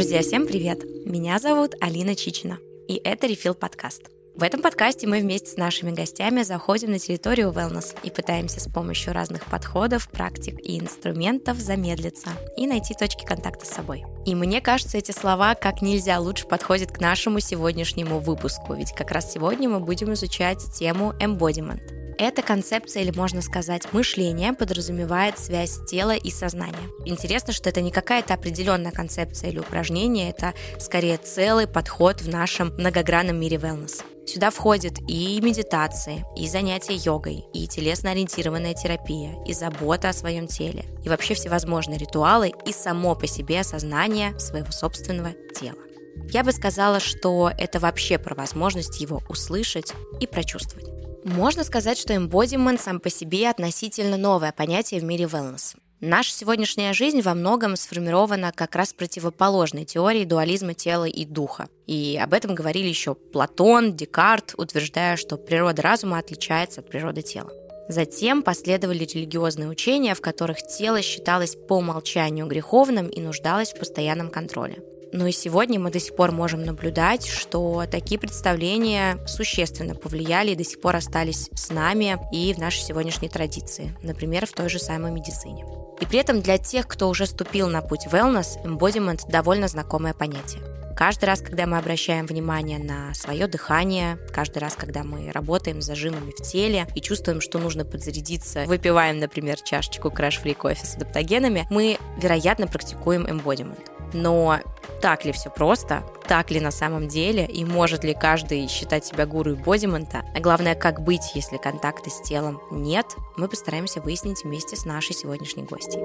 Друзья, всем привет! Меня зовут Алина Чичина, и это Refill подкаст. В этом подкасте мы вместе с нашими гостями заходим на территорию wellness и пытаемся с помощью разных подходов, практик и инструментов замедлиться и найти точки контакта с собой. И мне кажется, эти слова как нельзя лучше подходят к нашему сегодняшнему выпуску, ведь как раз сегодня мы будем изучать тему embodiment. Эта концепция, или можно сказать, мышление, подразумевает связь тела и сознания. Интересно, что это не какая-то определенная концепция или упражнение, это скорее целый подход в нашем многогранном мире wellness. Сюда входят и медитации, и занятия йогой, и телесно-ориентированная терапия, и забота о своем теле, и вообще всевозможные ритуалы, и само по себе осознание своего собственного тела. Я бы сказала, что это вообще про возможность его услышать и прочувствовать. Можно сказать, что embodiment сам по себе относительно новое понятие в мире wellness. Наша сегодняшняя жизнь во многом сформирована как раз противоположной теории дуализма тела и духа. И об этом говорили еще Платон, Декарт, утверждая, что природа разума отличается от природы тела. Затем последовали религиозные учения, в которых тело считалось по умолчанию греховным и нуждалось в постоянном контроле. Но и сегодня мы до сих пор можем наблюдать, что такие представления существенно повлияли и до сих пор остались с нами и в нашей сегодняшней традиции, например, в той же самой медицине. И при этом для тех, кто уже ступил на путь wellness, embodiment довольно знакомое понятие. Каждый раз, когда мы обращаем внимание на свое дыхание, каждый раз, когда мы работаем с зажимами в теле и чувствуем, что нужно подзарядиться, выпиваем, например, чашечку crash-free кофе с адаптогенами, мы, вероятно, практикуем embodiment. Но так ли все просто? Так ли на самом деле? И может ли каждый считать себя гуру эмбодимента? А главное, как быть, если контакта с телом нет? Мы постараемся выяснить вместе с нашей сегодняшней гостьей.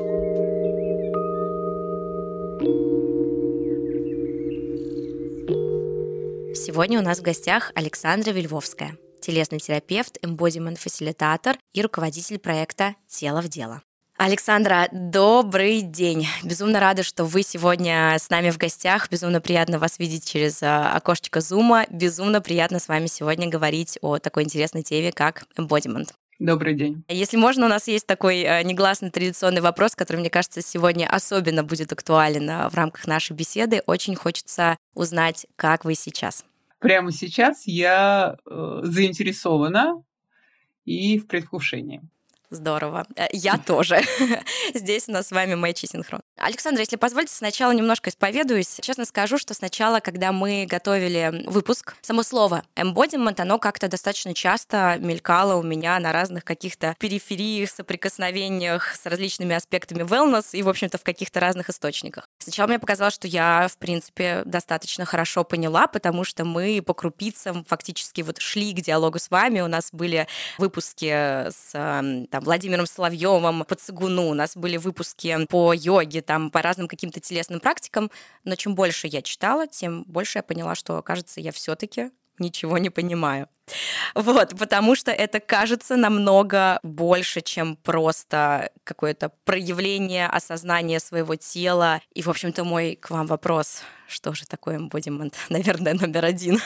Сегодня у нас в гостях Александра Вельвовская, телесный терапевт, эмбодимент-фасилитатор и руководитель проекта «Тело в дело». Александра, добрый день! Безумно рада, что вы сегодня с нами в гостях. Безумно приятно вас видеть через окошечко Зума. Безумно приятно с вами сегодня говорить о такой интересной теме, как embodiment. Добрый день. Если можно, у нас есть такой негласный традиционный вопрос, который, мне кажется, сегодня особенно будет актуален в рамках нашей беседы. Очень хочется узнать, как вы сейчас. Прямо сейчас я заинтересована и в предвкушении. Здорово. Я тоже. Здесь у нас с вами матч и синхрон. Александра, если позволите, сначала немножко исповедуюсь. Честно скажу, что сначала, когда мы готовили выпуск, само слово embodiment, оно как-то достаточно часто мелькало у меня на разных каких-то перифериях, соприкосновениях с различными аспектами wellness и, в общем-то, в каких-то разных источниках. Сначала мне показалось, что я, в принципе, достаточно хорошо поняла, потому что мы по крупицам фактически вот шли к диалогу с вами. У нас были выпуски с Владимиром Соловьевым по цигуну, у нас были выпуски по йоге, по разным каким-то телесным практикам, но чем больше я читала, тем больше я поняла, что, кажется, я все-таки ничего не понимаю. Потому что это кажется намного больше, чем просто какое-то проявление осознания своего тела. И, в общем-то, мой к вам вопрос, что же такое embodiment, наверное, номер один.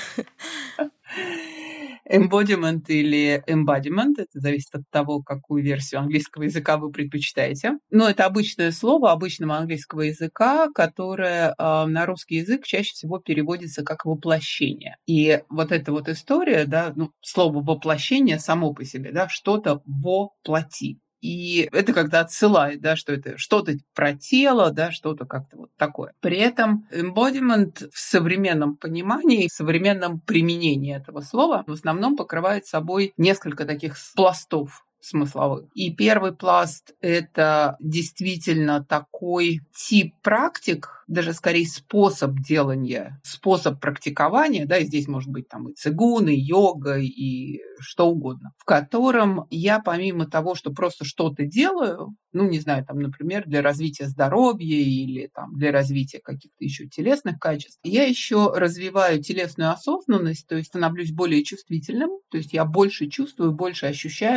Embodiment или embodiment, это зависит от того, какую версию английского языка вы предпочитаете. Но это обычное слово обычного английского языка, которое на русский язык чаще всего переводится как воплощение. И вот эта вот история, слово воплощение само по себе, что-то воплоти. И это когда отсылает, что это что-то про тело, что-то как-то вот такое. При этом embodiment в современном понимании, в современном применении этого слова в основном покрывает собой несколько таких пластов смысловых. И первый пласт – это действительно такой тип практик, даже скорее способ делания, способ практикования, и здесь может быть и цигун, и йога, и что угодно, в котором я помимо того, что просто что-то делаю, например, для развития здоровья или для развития каких-то еще телесных качеств, я еще развиваю телесную осознанность, то есть становлюсь более чувствительным, то есть я больше чувствую, больше ощущаю, я в любой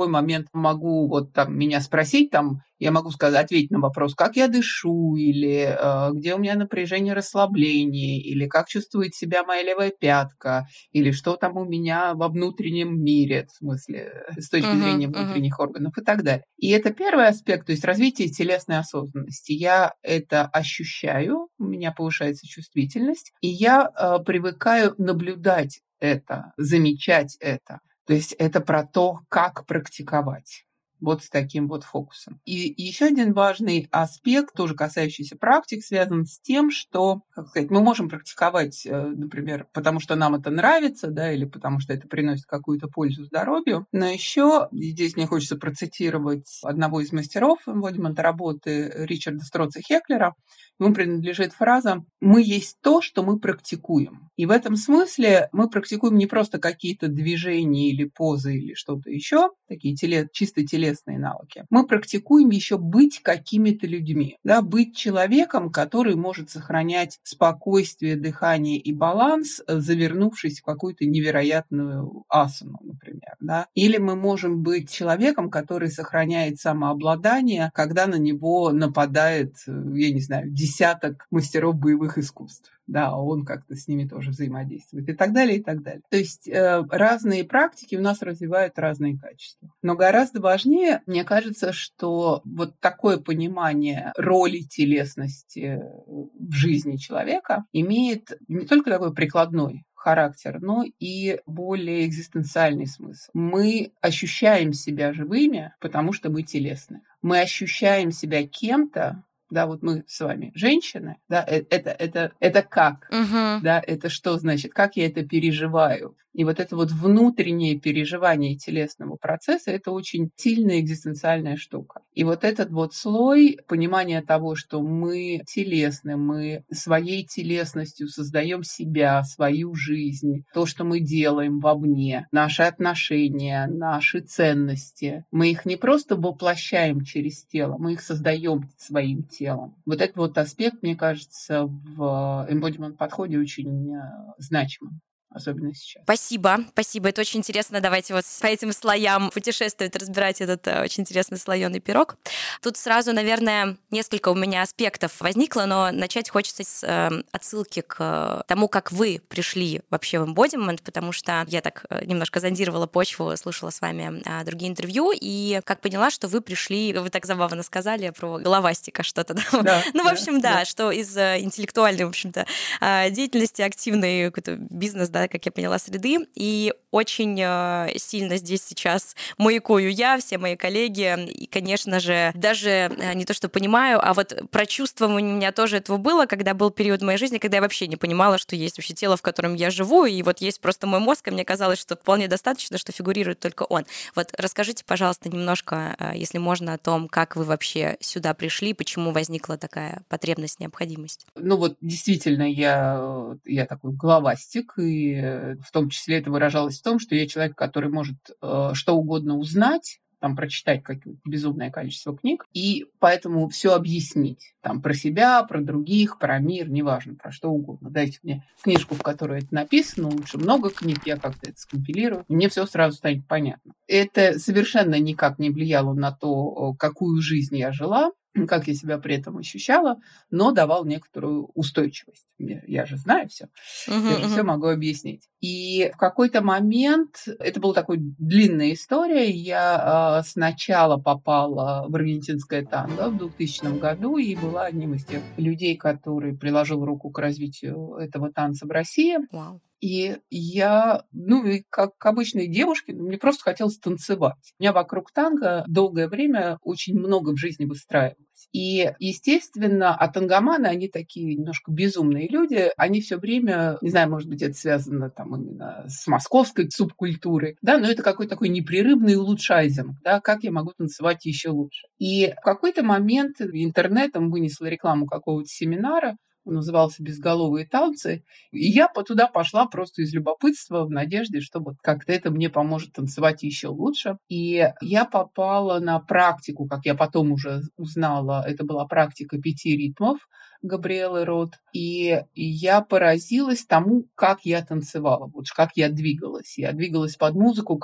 любой момент могу вот там меня спросить, там, я могу сказать, ответить на вопрос, как я дышу, или где у меня напряжение, расслабление, или как чувствует себя моя левая пятка, или что там у меня во внутреннем мире, в смысле, с точки зрения внутренних органов и так далее. И это первый аспект, то есть развитие телесной осознанности. Я это ощущаю, у меня повышается чувствительность, и я привыкаю наблюдать это, замечать это. То есть это про то, как практиковать. Вот с таким вот фокусом. И еще один важный аспект, тоже касающийся практик, связан с тем, что, как сказать, мы можем практиковать, например, потому что нам это нравится, да, или потому что это приносит какую-то пользу здоровью. Но еще здесь мне хочется процитировать одного из мастеров embodiment работы Ричарда Строца Хеклера. Ему принадлежит фраза «Мы есть то, что мы практикуем». И в этом смысле мы практикуем не просто какие-то движения или позы или что-то еще, такие чисто телесные навыки. Мы практикуем еще быть какими-то людьми, да, быть человеком, который может сохранять спокойствие, дыхание и баланс, завернувшись в какую-то невероятную асану, например. Да. Или мы можем быть человеком, который сохраняет самообладание, когда на него нападает, я не знаю, десяток мастеров боевых искусств. Да, он как-то с ними тоже взаимодействует и так далее, и так далее. То есть разные практики у нас развивают разные качества. Но гораздо важнее, мне кажется, что вот такое понимание роли телесности в жизни человека имеет не только такой прикладной характер, но и более экзистенциальный смысл. Мы ощущаем себя живыми, потому что мы телесны. Мы ощущаем себя кем-то, да, вот мы с вами женщины, да, это как, да, это что значит, как я это переживаю. И вот это вот внутреннее переживание телесного процесса – это очень сильная экзистенциальная штука. И вот этот вот слой понимания того, что мы телесны, мы своей телесностью создаем себя, свою жизнь, то, что мы делаем вовне, наши отношения, наши ценности. Мы их не просто воплощаем через тело, мы их создаем своим телом. Вот этот вот аспект, мне кажется, в embodiment-подходе очень значимым. Особенно сейчас. Спасибо. Это очень интересно. Давайте вот по этим слоям путешествовать, разбирать этот очень интересный слоеный пирог. Тут сразу, наверное, несколько у меня аспектов возникло, но начать хочется с отсылки к тому, как вы пришли вообще в embodiment, потому что я так немножко зондировала почву, слушала с вами другие интервью, и как поняла, что вы пришли, вы так забавно сказали про головастика что-то. Да? Ну, в общем, да, что из интеллектуальной, в общем-то, деятельности, активной какой-то бизнес, да, как я поняла, среды. И очень сильно здесь сейчас маякую я, все мои коллеги. И, конечно же, даже не то, что понимаю, а вот прочувствование у меня тоже этого было, когда был период в моей жизни, когда я вообще не понимала, что есть вообще тело, в котором я живу, и вот есть просто мой мозг, и мне казалось, что вполне достаточно, что фигурирует только он. Вот расскажите, пожалуйста, немножко, если можно, о том, как вы вообще сюда пришли, почему возникла такая потребность, необходимость. Ну вот действительно, я такой головастик, и в том числе это выражалось в том, что я человек, который может что угодно узнать, там, прочитать какое-то безумное количество книг, и поэтому все объяснить. Там, про себя, про других, про мир, неважно, про что угодно. Дайте мне книжку, в которой это написано, лучше много книг, я как-то это скомпилирую, и мне все сразу станет понятно. Это совершенно никак не влияло на то, какую жизнь я жила, как я себя при этом ощущала, но давал некоторую устойчивость. Я же знаю все, я же все могу объяснить. И в какой-то момент, это была такая длинная история, я сначала попала в аргентинское танго в 2000 году и была одним из тех людей, который приложил руку к развитию этого танца в России. Wow. И я, и как обычной девушке, мне просто хотелось танцевать. У меня вокруг танго долгое время очень много в жизни выстраивалось. И, естественно, тангоманы, они такие немножко безумные люди, они все время, не знаю, может быть, это связано там именно с московской субкультурой, да, но это какой-то такой непрерывный улучшайзинг, да, как я могу танцевать еще лучше. И в какой-то момент интернетом вынесла рекламу какого-то семинара, Он назывался «Безголовые танцы». И я туда пошла просто из любопытства, в надежде, что вот как-то это мне поможет танцевать еще лучше. И я попала на практику, как я потом уже узнала, это была практика 5 ритмов Габриэлы Рот. И я поразилась тому, как я танцевала, вот как я двигалась. Я двигалась под музыку,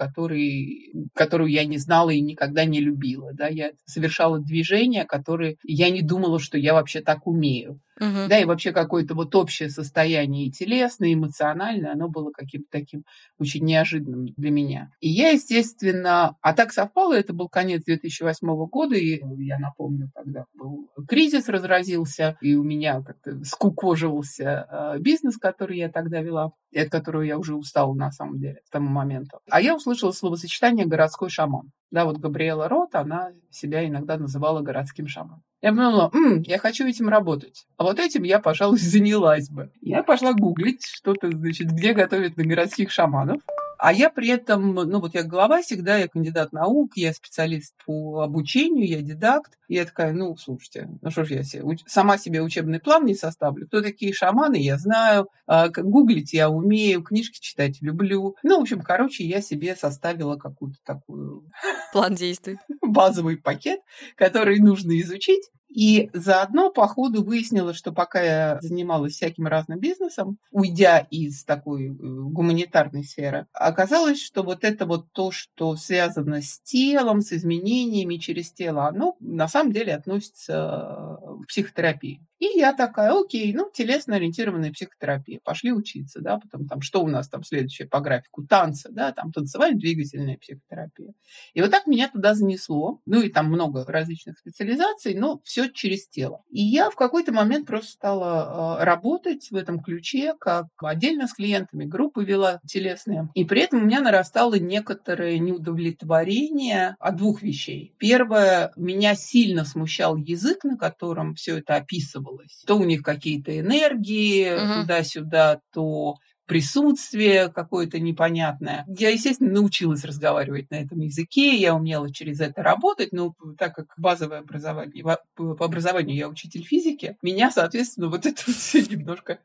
которую я не знала и никогда не любила. Да? Я совершала движения, которые я не думала, что я вообще так умею. Да, и вообще какое-то вот общее состояние и телесное, и эмоциональное, оно было каким-то таким очень неожиданным для меня. И я, естественно, а так совпало, это был конец 2008 года, и я напомню, тогда был кризис разразился, и у меня как-то скукоживался бизнес, который я тогда вела, и от которого я уже устала на самом деле к тому моменту. А я услышала словосочетание «городской шаман». Да, вот Габриэла Рот, она себя иногда называла городским шаманом. Я подумала, я хочу этим работать. А вот этим я, пожалуй, занялась бы. Я пошла гуглить что-то, значит, где готовят на городских шаманов. А я при этом, я глава всегда, я кандидат наук, я специалист по обучению, я дидакт. И я такая, слушайте, что ж я сама себе учебный план не составлю. Кто такие шаманы, я знаю. Гуглить я умею, книжки читать люблю. Я себе составила какую-то такую... План действий. Базовый пакет, который нужно изучить. И заодно по ходу выяснила, что пока я занималась всяким разным бизнесом, уйдя из такой гуманитарной сферы, оказалось, что вот это вот то, что связано с телом, с изменениями через тело, оно на самом деле относится к психотерапии. И я такая, окей, телесно-ориентированная психотерапия. Пошли учиться, да, потом там, что у нас там следующее по графику? Танцы, да, там танцевально-двигательная психотерапия. И вот так меня туда занесло. И там много различных специализаций, но все через тело. И я в какой-то момент просто стала работать в этом ключе, как отдельно с клиентами, группы вела телесные. И при этом у меня нарастало некоторое неудовлетворение от двух вещей. Первое, меня сильно смущал язык, на котором все это описывалось. То у них какие-то энергии туда-сюда, то присутствие какое-то непонятное. Я, естественно, научилась разговаривать на этом языке, я умела через это работать, но так как базовое образование, по образованию я учитель физики, меня, соответственно, вот это вот все немножко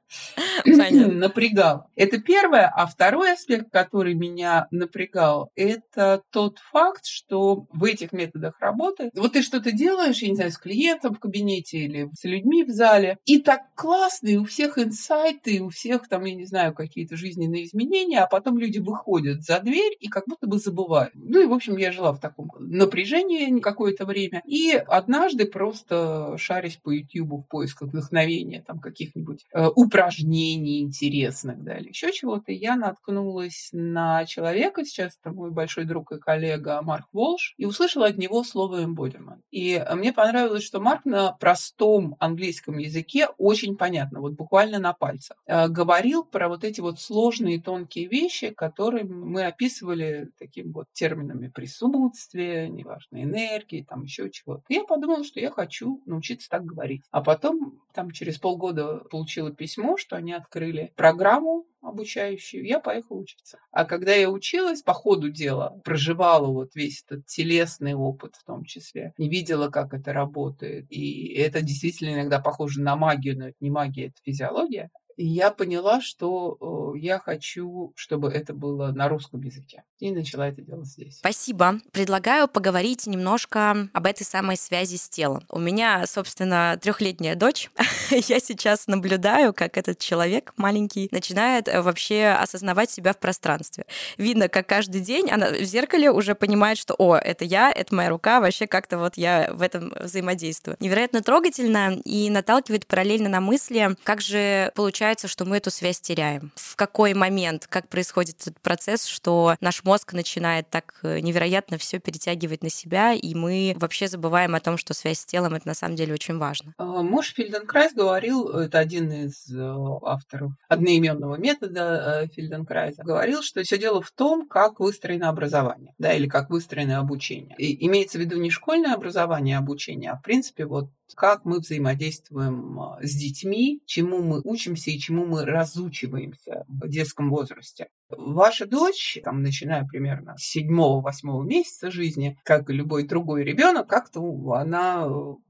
напрягало. Это первое. А второй аспект, который меня напрягал, это тот факт, что в этих методах работы, вот ты что-то делаешь, я не знаю, с клиентом в кабинете или с людьми в зале, и так классно, и у всех инсайты, и у всех там, я не знаю, какие-то жизненные изменения, а потом люди выходят за дверь и как будто бы забывают. Я жила в таком напряжении какое-то время. И однажды просто шарясь по YouTube в поисках вдохновения, там каких-нибудь упражнений интересных, да, или еще чего-то, я наткнулась на человека, сейчас это мой большой друг и коллега Марк Волш, и услышала от него слово embodiment. И мне понравилось, что Марк на простом английском языке очень понятно, вот буквально на пальцах, говорил про вот эти вот сложные тонкие вещи, которые мы описывали такими вот терминами присутствия, неважно, энергии, там еще чего-то. И я подумала, что я хочу научиться так говорить. А потом, там через полгода получила письмо, что они открыли программу обучающую, я поехала учиться. А когда я училась, по ходу дела, проживала вот весь этот телесный опыт в том числе, не видела, как это работает. И это действительно иногда похоже на магию, но это не магия, это физиология. И я поняла, что я хочу, чтобы это было на русском языке. И начала это делать здесь. Спасибо. Предлагаю поговорить немножко об этой самой связи с телом. У меня, собственно, 3-летняя дочь. Я сейчас наблюдаю, как этот человек маленький начинает вообще осознавать себя в пространстве. Видно, как каждый день она в зеркале уже понимает, что это я, это моя рука, вообще как-то вот я в этом взаимодействую. Невероятно трогательно и наталкивает параллельно на мысли, как же получается, что мы эту связь теряем. В какой момент, как происходит этот процесс, что наш мозг начинает так невероятно все перетягивать на себя, и мы вообще забываем о том, что связь с телом — это на самом деле очень важно. Моше Фельденкрайс говорил, это один из авторов одноименного метода Фельденкрайса, говорил, что все дело в том, как выстроено образование, да, или как выстроено обучение. И имеется в виду не школьное образование, обучение, а в принципе вот как мы взаимодействуем с детьми, чему мы учимся и чему мы разучиваемся в детском возрасте. Ваша дочь, там, начиная примерно с 7-8 месяца жизни, как и любой другой ребенок, как-то она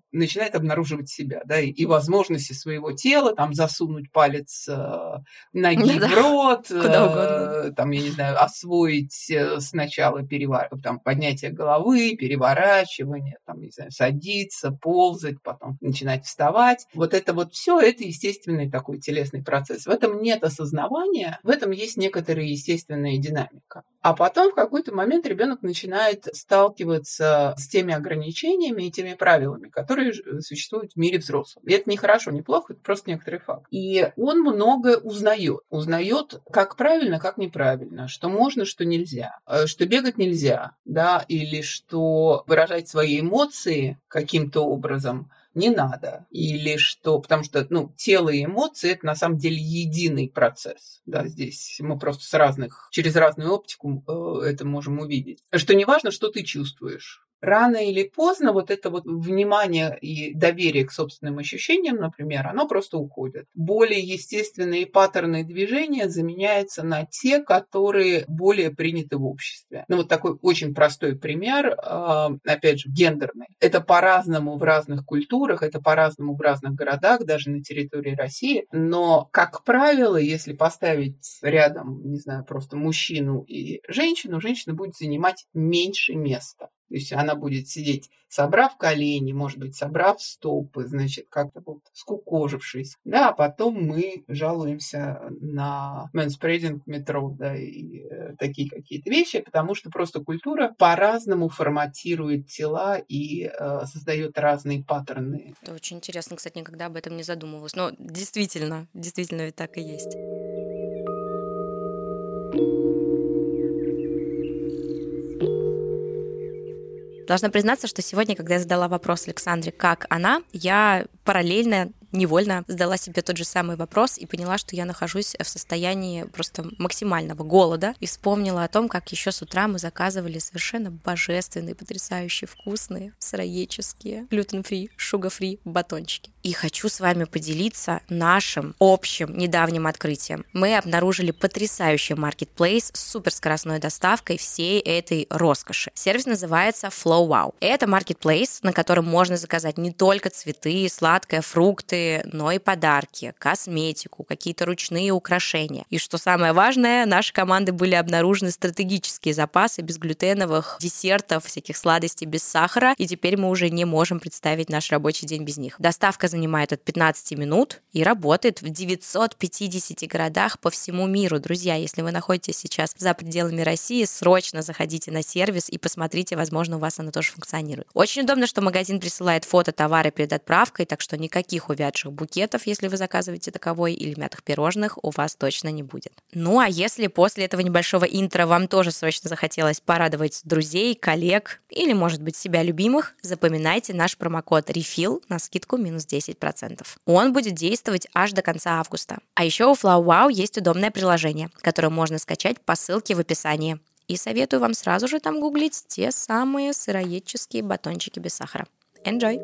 начинает обнаруживать себя, да, и возможности своего тела, там, засунуть палец ноги в рот, куда угодно. там, я не знаю, освоить сначала там, поднятие головы, переворачивание, там, не знаю, садиться, ползать, потом начинать вставать. Вот это вот все, это естественный такой телесный процесс. В этом нет осознавания, в этом есть некоторая естественная динамика. А потом в какой-то момент ребенок начинает сталкиваться с теми ограничениями и теми правилами, которые существуют в мире взрослых. И это не хорошо, не плохо, это просто некоторый факт. И он многое узнает. Узнает, как правильно, как неправильно, что можно, что нельзя, что бегать нельзя, да, или что выражать свои эмоции каким-то образом не надо, или что, потому что, тело и эмоции – это на самом деле единый процесс, да, здесь мы просто через разную оптику это можем увидеть, что не важно, что ты чувствуешь. Рано или поздно вот это вот внимание и доверие к собственным ощущениям, например, оно просто уходит. Более естественные паттерны движения заменяются на те, которые более приняты в обществе. Вот такой очень простой пример, опять же, гендерный. Это по-разному в разных культурах, это по-разному в разных городах, даже на территории России. Но, как правило, если поставить рядом, не знаю, просто мужчину и женщину, женщина будет занимать меньше места. То есть она будет сидеть, собрав колени, может быть, собрав стопы, значит, как-то вот скукожившись. Да, а потом мы жалуемся на manspreading в метро, да, и такие какие-то вещи, потому что просто культура по-разному форматирует тела и создает разные паттерны. Это очень интересно, кстати, никогда об этом не задумывалась. Но действительно ведь так и есть. Должна признаться, что сегодня, когда я задала вопрос Александре, как она, я параллельно невольно задала себе тот же самый вопрос и поняла, что я нахожусь в состоянии просто максимального голода и вспомнила о том, как еще с утра мы заказывали совершенно божественные, потрясающие, вкусные, сыроедческие, глютен-фри, шугар-фри батончики. И хочу с вами поделиться нашим общим недавним открытием. Мы обнаружили потрясающий маркетплейс с суперскоростной доставкой всей этой роскоши. Сервис называется Flow Wow. Это маркетплейс, на котором можно заказать не только цветы, сладкое, фрукты, но и подарки, косметику, какие-то ручные украшения. И что самое важное, нашей команды были обнаружены стратегические запасы безглютеновых десертов, всяких сладостей без сахара, и теперь мы уже не можем представить наш рабочий день без них. Доставка занимает от 15 минут и работает в 950 городах по всему миру. Друзья, если вы находитесь сейчас за пределами России, срочно заходите на сервис и посмотрите, возможно, у вас оно тоже функционирует. Очень удобно, что магазин присылает фото товара перед отправкой, так что никаких увядших букетов, если вы заказываете таковой, или мятых пирожных, у вас точно не будет. Ну, а если после этого небольшого интро вам тоже срочно захотелось порадовать друзей, коллег или, может быть, себя любимых, запоминайте наш промокод REFILL на скидку минус 10%. Он будет действовать аж до конца августа. А еще у Flow Wow есть удобное приложение, которое можно скачать по ссылке в описании. И советую вам сразу же там гуглить те самые сыроедческие батончики без сахара. Enjoy!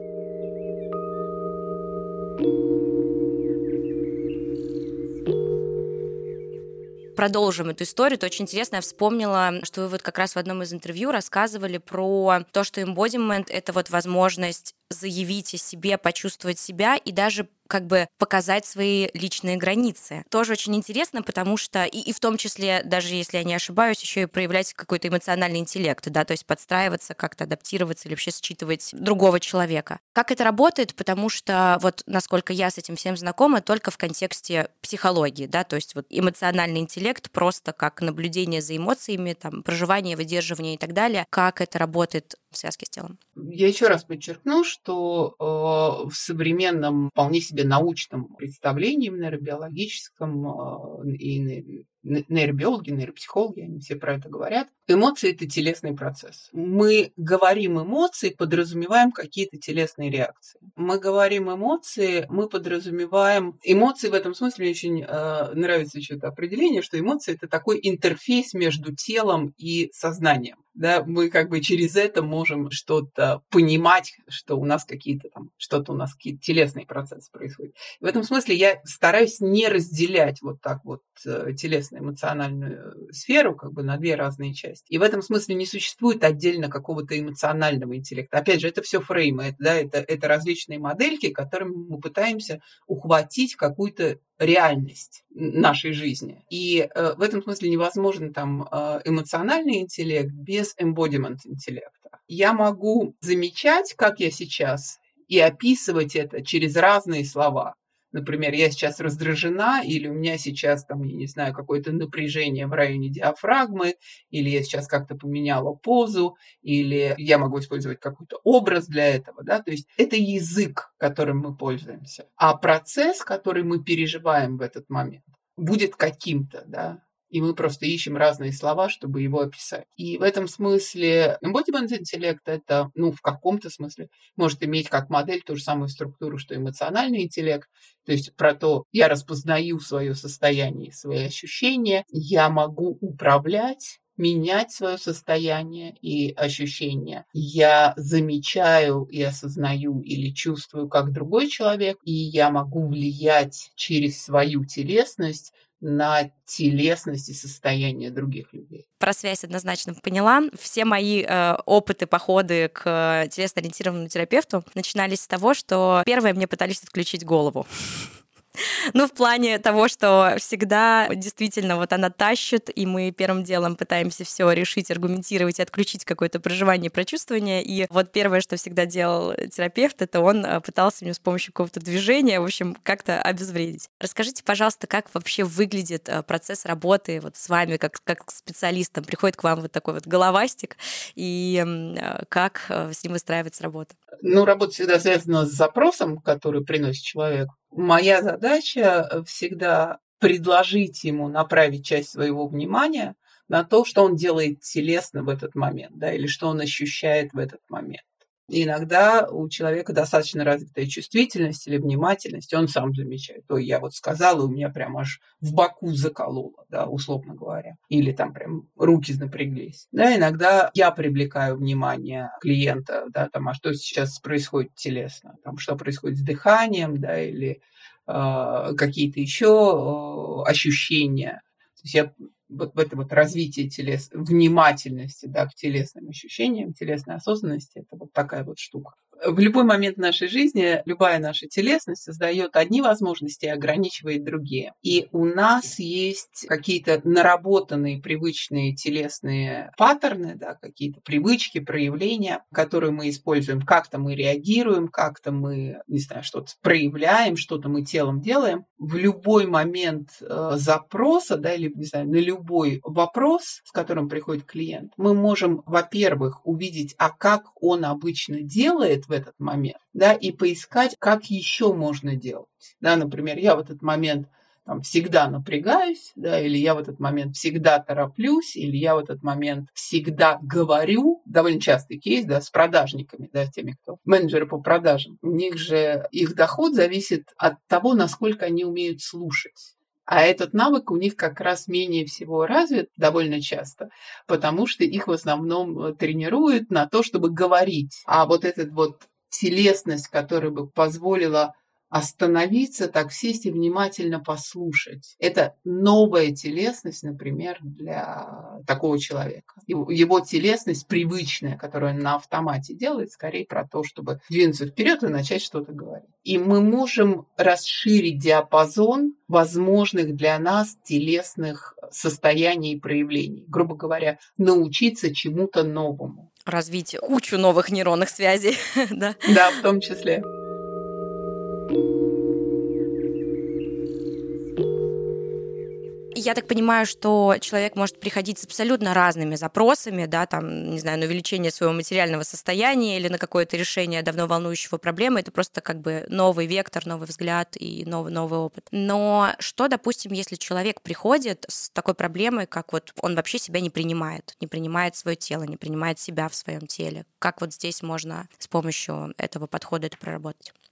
Продолжим эту историю. Это очень интересно. Я вспомнила, что вы вот как раз в одном из интервью рассказывали про то, что embodiment — это вот возможность заявить о себе, почувствовать себя и даже как бы показать свои личные границы. Тоже очень интересно, потому что и в том числе, даже если я не ошибаюсь, еще и проявлять какой-то эмоциональный интеллект, да, то есть подстраиваться, как-то адаптироваться или вообще считывать другого человека. Как это работает? Потому что вот насколько я с этим всем знакома, только в контексте психологии, да, то есть вот эмоциональный интеллект просто как наблюдение за эмоциями, там, проживание, выдерживание и так далее. Как это работает в связке с телом? Я еще раз подчеркну, что в современном, вполне себе научном представлении, нейробиологическом и нейробиологи, нейропсихологи, они все про это говорят. Эмоции – это телесный процесс. Мы говорим эмоции, подразумеваем какие-то телесные реакции. Мы говорим эмоции, мы подразумеваем... Эмоции в этом смысле мне очень нравится еще это определение, что эмоции – это такой интерфейс между телом и сознанием. Да, мы как бы через это можем что-то понимать, что у нас какие-то телесные процессы происходят. В этом смысле я стараюсь не разделять вот так вот телесные телесно-эмоциональную сферу, как бы на две разные части. И в этом смысле не существует отдельно какого-то эмоционального интеллекта. Опять же, это все фреймы, это различные модельки, которыми мы пытаемся ухватить какую-то реальность нашей жизни. И в этом смысле невозможен там эмоциональный интеллект без embodiment интеллекта. Я могу замечать, как я сейчас, и описывать это через разные слова. Например, я сейчас раздражена, или у меня сейчас, там, я не знаю, какое-то напряжение в районе диафрагмы, или я сейчас как-то поменяла позу, или я могу использовать какой-то образ для этого. Да? То есть это язык, которым мы пользуемся. А процесс, который мы переживаем в этот момент, будет каким-то, да, и мы просто ищем разные слова, чтобы его описать. И в этом смысле embodiment интеллекта это, в каком-то смысле может иметь как модель ту же самую структуру, что эмоциональный интеллект. То есть про то, я распознаю свое состояние, свои ощущения, я могу управлять, менять свое состояние и ощущения. Я замечаю и осознаю или чувствую как другой человек, и я могу влиять через свою телесность на телесность и состояние других людей. Про связь однозначно поняла. Все мои опыты, походы к телесно-ориентированному терапевту начинались с того, что первое мне пытались отключить голову. В плане того, что всегда действительно вот она тащит, и мы первым делом пытаемся все решить, аргументировать и отключить какое-то проживание, прочувствование. И вот первое, что всегда делал терапевт, это он пытался мне с помощью какого-то движения, в общем, как-то обезвредить. Расскажите, пожалуйста, как вообще выглядит процесс работы вот с вами, как специалистом? Приходит к вам вот такой вот головастик, и как с ним выстраивается работа? Работа всегда связана с запросом, который приносит человек. Моя задача всегда предложить ему направить часть своего внимания на то, что он делает телесно в этот момент, да, или что он ощущает в этот момент. И иногда у человека достаточно развитая чувствительность или внимательность, он сам замечает, я вот сказала, у меня прям аж в боку закололо, да, условно говоря, или там прям руки напряглись. Да, иногда я привлекаю внимание клиента, да, там, а что сейчас происходит телесно, там, что происходит с дыханием, да, или какие-то еще ощущения. То есть я вот в это вот развитие внимательности, да, к телесным ощущениям, телесной осознанности, это вот такая вот штука. В любой момент нашей жизни любая наша телесность создает одни возможности и ограничивает другие. И у нас есть какие-то наработанные привычные телесные паттерны, да, какие-то привычки, проявления, которые мы используем. Как-то мы реагируем, как-то мы, не знаю, что-то проявляем, что-то мы телом делаем. В любой момент запроса, да, или, не знаю, на любой вопрос, с которым приходит клиент, мы можем, во-первых, увидеть, а как он обычно делает в этот момент, да, и поискать, как еще можно делать. Да, например, я в этот момент там, всегда напрягаюсь, да, или я в этот момент всегда тороплюсь, или я в этот момент всегда говорю. Довольно частый кейс, да, с продажниками, да, с теми, кто менеджеры по продажам. У них же их доход зависит от того, насколько они умеют слушать. А этот навык у них как раз менее всего развит довольно часто, потому что их в основном тренируют на то, чтобы говорить. А вот эта вот телесность, которая бы позволила остановиться, так сесть и внимательно послушать. Это новая телесность, например, для такого человека. Его телесность привычная, которую он на автомате делает, скорее про то, чтобы двинуться вперед и начать что-то говорить. И мы можем расширить диапазон возможных для нас телесных состояний и проявлений. Грубо говоря, научиться чему-то новому. Развить кучу новых нейронных связей, да? Да, в том числе. Я так понимаю, что человек может приходить с абсолютно разными запросами, да, там, не знаю, на увеличение своего материального состояния или на какое-то решение давно волнующего проблемы. Это просто как бы новый вектор, новый взгляд и новый опыт. Но что, допустим, если человек приходит с такой проблемой, как вот он вообще себя не принимает свое тело, не принимает себя в своем теле? Как вот здесь можно с помощью этого подхода это проработать?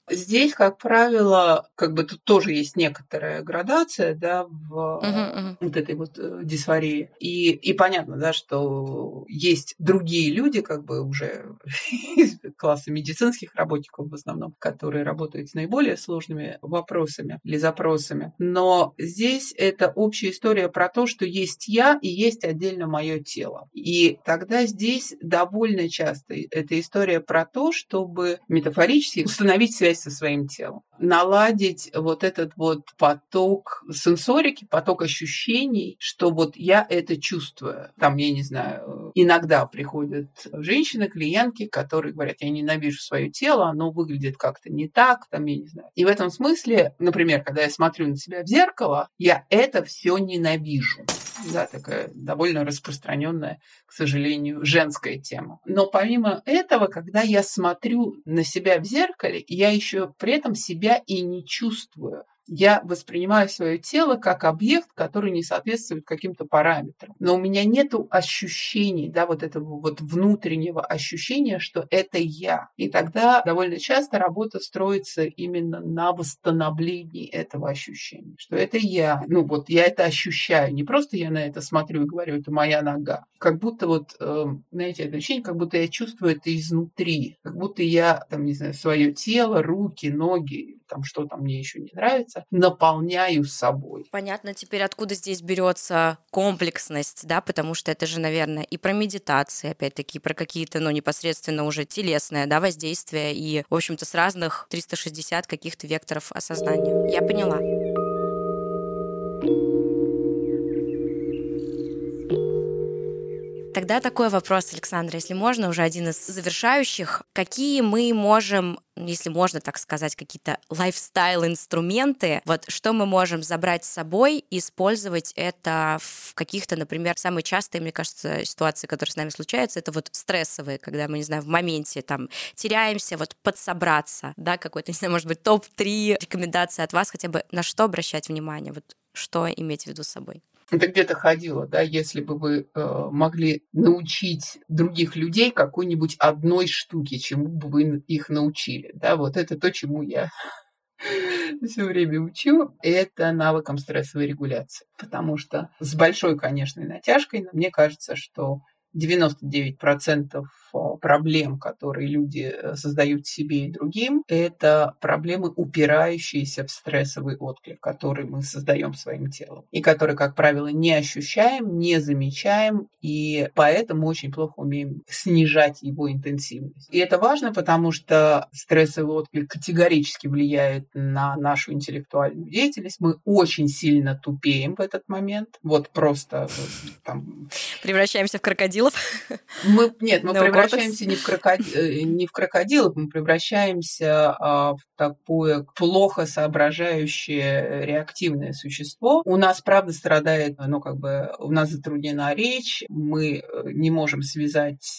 Здесь, как правило, как бы тут тоже есть некоторая градация, да, в вот этой вот дисфории. И понятно, да, что есть другие люди, как бы уже из класса медицинских работников в основном, которые работают с наиболее сложными вопросами или запросами. Но здесь это общая история про то, что есть я и есть отдельно мое тело. И тогда здесь довольно часто эта история про то, чтобы метафорически установить связь со своим телом, наладить вот этот вот поток сенсорики, поток ощущений, что вот я это чувствую. Там, я не знаю, иногда приходят женщины, клиентки, которые говорят, я ненавижу свое тело, оно выглядит как-то не так, там, я не знаю. И в этом смысле, например, когда я смотрю на себя в зеркало, я это все ненавижу. Да, такая довольно распространенная, к сожалению, женская тема. Но помимо этого, когда я смотрю на себя в зеркале, я еще при этом себя и не чувствую. Я воспринимаю свое тело как объект, который не соответствует каким-то параметрам. Но у меня нет ощущений, да, вот этого вот внутреннего ощущения, что это я. И тогда довольно часто работа строится именно на восстановлении этого ощущения, что это я. Ну вот я это ощущаю. Не просто я на это смотрю и говорю, это моя нога. Как будто вот, знаете, это ощущение, как будто я чувствую это изнутри. Как будто я, там, не знаю, свое тело, руки, ноги, там что-то мне еще не нравится, наполняю собой. Понятно теперь, откуда здесь берется комплексность, да, потому что это же, наверное, и про медитации, опять-таки, и про какие-то, ну, непосредственно уже телесное, да, воздействие, и, в общем-то, с разных 360 каких-то векторов осознания. Я поняла. Тогда такой вопрос, Александра, если можно, уже один из завершающих. Какие мы можем, если можно так сказать, какие-то лайфстайл-инструменты, вот что мы можем забрать с собой и использовать это в каких-то, например, самые частые, мне кажется, ситуации, которые с нами случаются, это вот стрессовые, когда мы, не знаю, в моменте там теряемся, вот подсобраться, да, какой-то, не знаю, может быть, топ-3 рекомендации от вас, хотя бы на что обращать внимание, вот что иметь в виду с собой? Это где-то ходило, да, если бы вы могли научить других людей какой-нибудь одной штуке, чему бы вы их научили, да, вот это то, чему я все время учу, это навыкам стрессовой регуляции, потому что с большой, конечно, натяжкой, но мне кажется, что 99% проблем, которые люди создают себе и другим, это проблемы, упирающиеся в стрессовый отклик, который мы создаем своим телом. И который, как правило, не ощущаем, не замечаем, и поэтому очень плохо умеем снижать его интенсивность. И это важно, потому что стрессовый отклик категорически влияет на нашу интеллектуальную деятельность. Мы очень сильно тупеем в этот момент. Вот просто там... Превращаемся в крокодилов? Мы превращаемся не в крокодилов, мы превращаемся в такое плохо соображающее реактивное существо. У нас, правда, страдает, у нас затруднена речь, мы не можем связать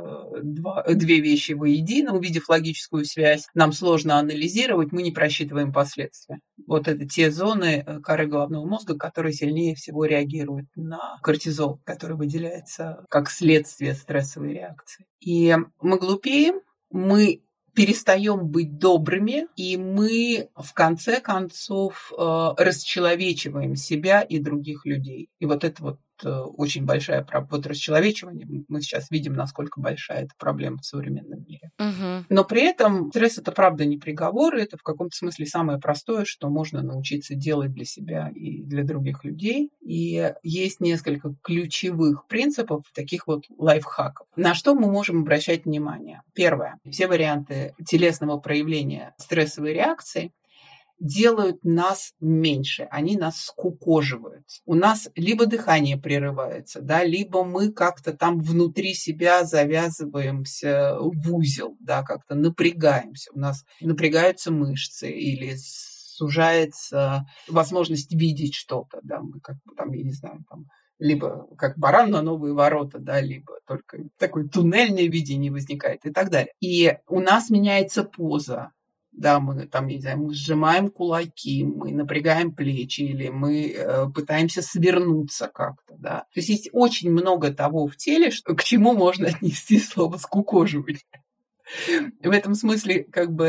две вещи воедино, увидев логическую связь, нам сложно анализировать, мы не просчитываем последствия. Вот это те зоны коры головного мозга, которые сильнее всего реагируют на кортизол, который выделяется как следствие стрессовой реакции. И мы глупеем, мы перестаем быть добрыми, и мы в конце концов расчеловечиваем себя и других людей. И вот это вот очень большая проблема. Вот расчеловечивание, мы сейчас видим, насколько большая эта проблема в современном мире. Угу. Но при этом стресс – это правда не приговор, это в каком-то смысле самое простое, что можно научиться делать для себя и для других людей. И есть несколько ключевых принципов, таких вот лайфхаков. На что мы можем обращать внимание? Первое. Все варианты телесного проявления стрессовой реакции делают нас меньше, они нас скукоживают. У нас либо дыхание прерывается, да, либо мы как-то там внутри себя завязываемся в узел, да, как-то напрягаемся. У нас напрягаются мышцы или сужается возможность видеть что-то, да, мы как бы там, я не знаю, там, либо как баран на новые ворота, да, либо только такое туннельное видение возникает и так далее. И у нас меняется поза. Да, мы там, не знаю, мы сжимаем кулаки, мы напрягаем плечи, или мы пытаемся свернуться как-то, да. То есть есть очень много того в теле, к чему можно отнести слово «скукоживать». В этом смысле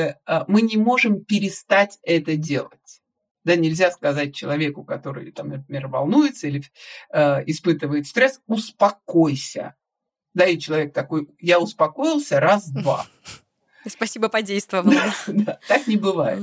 мы не можем перестать это делать. Да, нельзя сказать человеку, который, там, например, волнуется или испытывает стресс, успокойся. Да, и человек такой, я успокоился, раз-два. Спасибо, подействовало. Да, так не бывает.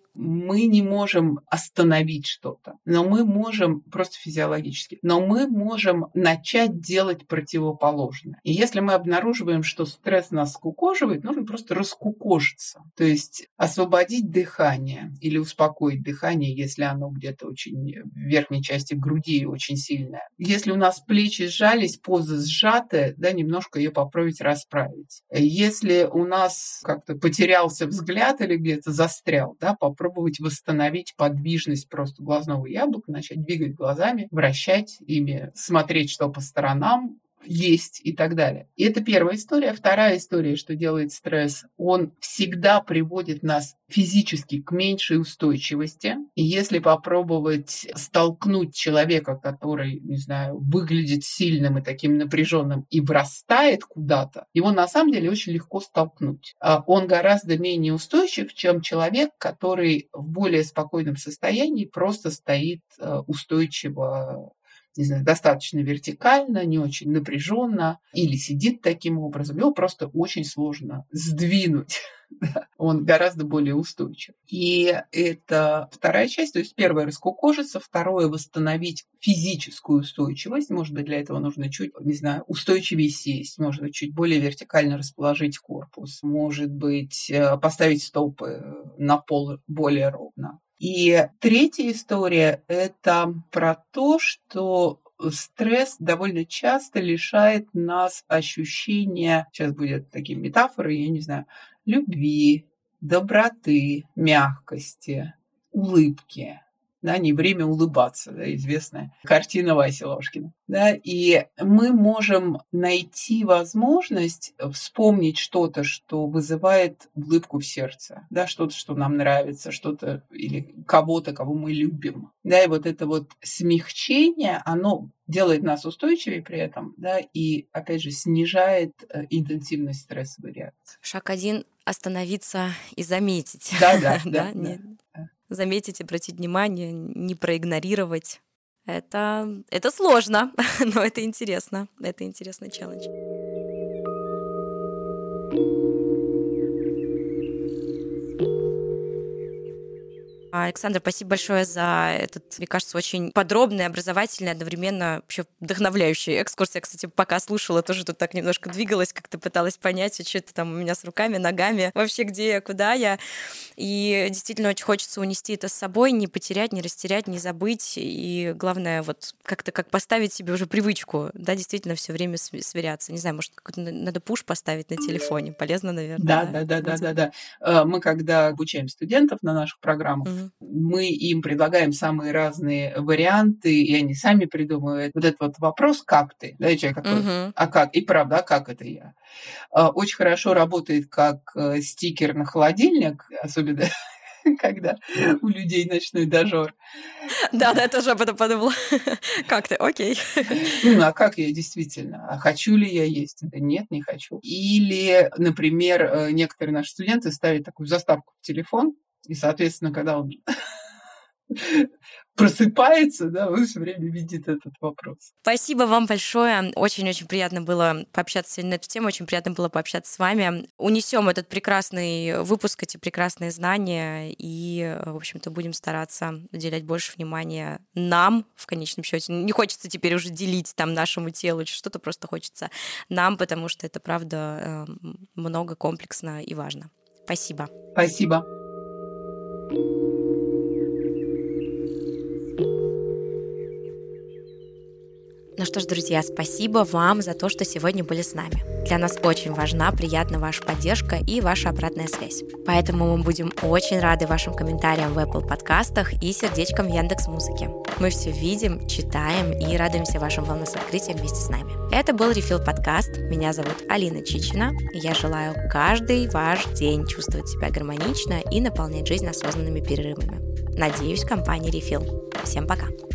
Мы не можем остановить что-то, но мы можем, просто физиологически, но мы можем начать делать противоположное. И если мы обнаруживаем, что стресс нас скукоживает, нужно просто раскукожиться. То есть освободить дыхание или успокоить дыхание, если оно где-то очень в верхней части груди очень сильное. Если у нас плечи сжались, поза сжатая, да, немножко ее попробовать расправить. Если у нас как-то потерялся взгляд или где-то застрял, да, попробовать восстановить подвижность просто глазного яблока, начать двигать глазами, вращать ими, смотреть, что по сторонам есть и так далее. И это первая история. Вторая история, что делает стресс, он всегда приводит нас физически к меньшей устойчивости. И если попробовать столкнуть человека, который, не знаю, выглядит сильным и таким напряженным и врастает куда-то, его на самом деле очень легко столкнуть. Он гораздо менее устойчив, чем человек, который в более спокойном состоянии просто стоит устойчиво, не знаю, достаточно вертикально, не очень напряженно, или сидит таким образом, его просто очень сложно сдвинуть. Он гораздо более устойчив. И это вторая часть, то есть первое — раскукожиться, второе — восстановить физическую устойчивость. Может быть, для этого нужно чуть, не знаю, устойчивее сесть, может быть, чуть более вертикально расположить корпус, может быть, поставить стопы на пол более ровно. И третья история — это про то, что стресс довольно часто лишает нас ощущения, сейчас будут такие метафоры, я не знаю, любви, доброты, мягкости, улыбки. Да, не время улыбаться, да, известная картина Васи Ложкина. Да, и мы можем найти возможность вспомнить что-то, что вызывает улыбку в сердце, да, что-то, что нам нравится, что-то или кого-то, кого мы любим. Да, и вот это вот смягчение, оно делает нас устойчивее при этом, да, и, опять же, снижает интенсивность стрессовой реакции. Шаг 1 — остановиться и заметить. Да. Заметить, обратить внимание, не проигнорировать. Это сложно, но это интересно. Это интересный челлендж. Александр, спасибо большое за этот, мне кажется, очень подробный, образовательный, одновременно вообще вдохновляющий экскурс. Я, кстати, пока слушала, тоже тут так немножко двигалась, как-то пыталась понять, что это там у меня с руками, ногами, вообще где я, куда я. И действительно очень хочется унести это с собой, не потерять, не растерять, не забыть. И главное, вот как-то как поставить себе уже привычку, да, действительно все время сверяться. Не знаю, может, какой-то надо пуш поставить на телефоне. Полезно, наверное. Да. Мы, когда обучаем студентов на наших программах, мы им предлагаем самые разные варианты, и они сами придумывают. Вот этот вот вопрос «как ты?», да, и человек такой, а как? И правда, а как это я? Очень хорошо работает как стикер на холодильник, особенно когда у людей ночной дожор. Да, я тоже об этом подумала. Как ты? Окей. А как я действительно? А хочу ли я есть? Да нет, не хочу. Или, например, некоторые наши студенты ставят такую заставку в телефон, и, соответственно, когда он просыпается, да, он все время видит этот вопрос. Спасибо вам большое. Очень-очень приятно было пообщаться сегодня на эту тему, очень приятно было пообщаться с вами. Унесем этот прекрасный выпуск, эти прекрасные знания, и, в общем-то, будем стараться уделять больше внимания нам, в конечном счете. Не хочется теперь уже делить там нашему телу что-то, просто хочется нам, потому что это, правда, много, комплексно и важно. Спасибо. Спасибо. Ну что ж, друзья, спасибо вам за то, что сегодня были с нами. Для нас очень важна, приятна ваша поддержка и ваша обратная связь. Поэтому мы будем очень рады вашим комментариям в Apple подкастах и сердечкам в Яндекс.Музыке. Мы все видим, читаем и радуемся вашим wellness-открытиям вместе с нами. Это был Refill подкаст. Меня зовут Алина Чичина. И я желаю каждый ваш день чувствовать себя гармонично и наполнять жизнь осознанными перерывами. Надеюсь, в компании Refill. Всем пока!